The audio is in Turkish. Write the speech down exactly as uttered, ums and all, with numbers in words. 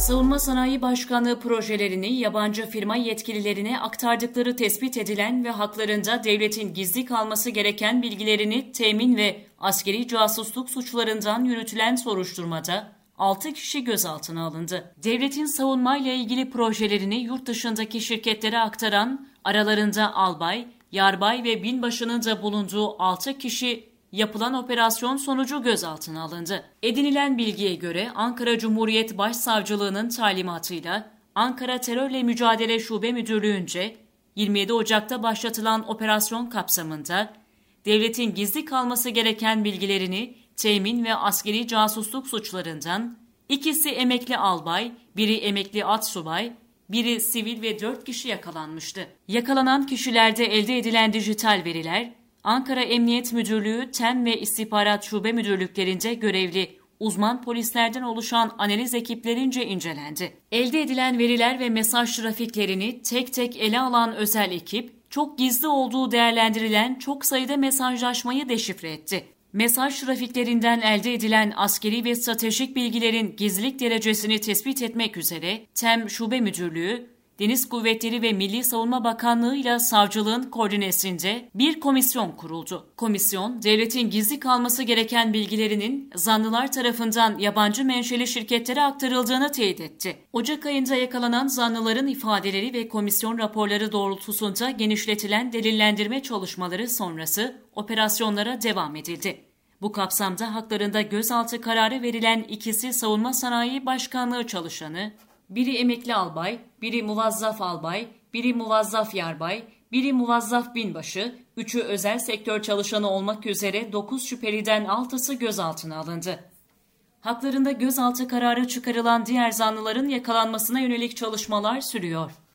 Savunma Sanayi Başkanlığı projelerini yabancı firma yetkililerine aktardıkları tespit edilen ve haklarında devletin gizli kalması gereken bilgilerini temin ve askeri casusluk suçlarından yürütülen soruşturmada altı kişi gözaltına alındı. Devletin savunmayla ilgili projelerini yurt dışındaki şirketlere aktaran, aralarında albay, yarbay ve binbaşının da bulunduğu altı kişi yapılan operasyon sonucu gözaltına alındı. Edinilen bilgiye göre Ankara Cumhuriyet Başsavcılığı'nın talimatıyla Ankara Terörle Mücadele Şube Müdürlüğü'nce yirmi yedi Ocak'ta başlatılan operasyon kapsamında devletin gizli kalması gereken bilgilerini temin ve askeri casusluk suçlarından ikisi emekli albay, biri emekli atsubay, biri sivil ve dört kişi yakalanmıştı. Yakalanan kişilerde elde edilen dijital veriler, Ankara Emniyet Müdürlüğü, Tem ve İstihbarat Şube Müdürlüklerinde görevli uzman polislerden oluşan analiz ekiplerince incelendi. Elde edilen veriler ve mesaj trafiklerini tek tek ele alan özel ekip, çok gizli olduğu değerlendirilen çok sayıda mesajlaşmayı deşifre etti. Mesaj trafiklerinden elde edilen askeri ve stratejik bilgilerin gizlilik derecesini tespit etmek üzere Tem Şube Müdürlüğü, Deniz Kuvvetleri ve Milli Savunma Bakanlığı ile savcılığın koordinesinde bir komisyon kuruldu. Komisyon, devletin gizli kalması gereken bilgilerinin zanlılar tarafından yabancı menşeli şirketlere aktarıldığını teyit etti. Ocak ayında yakalanan zanlıların ifadeleri ve komisyon raporları doğrultusunda genişletilen delillendirme çalışmaları sonrası operasyonlara devam edildi. Bu kapsamda haklarında gözaltı kararı verilen ikisi Savunma Sanayi Başkanlığı çalışanı, biri emekli albay, biri muvazzaf albay, biri muvazzaf yarbay, biri muvazzaf binbaşı, üçü özel sektör çalışanı olmak üzere dokuz şüpheliden altısı gözaltına alındı. Haklarında gözaltı kararı çıkarılan diğer zanlıların yakalanmasına yönelik çalışmalar sürüyor.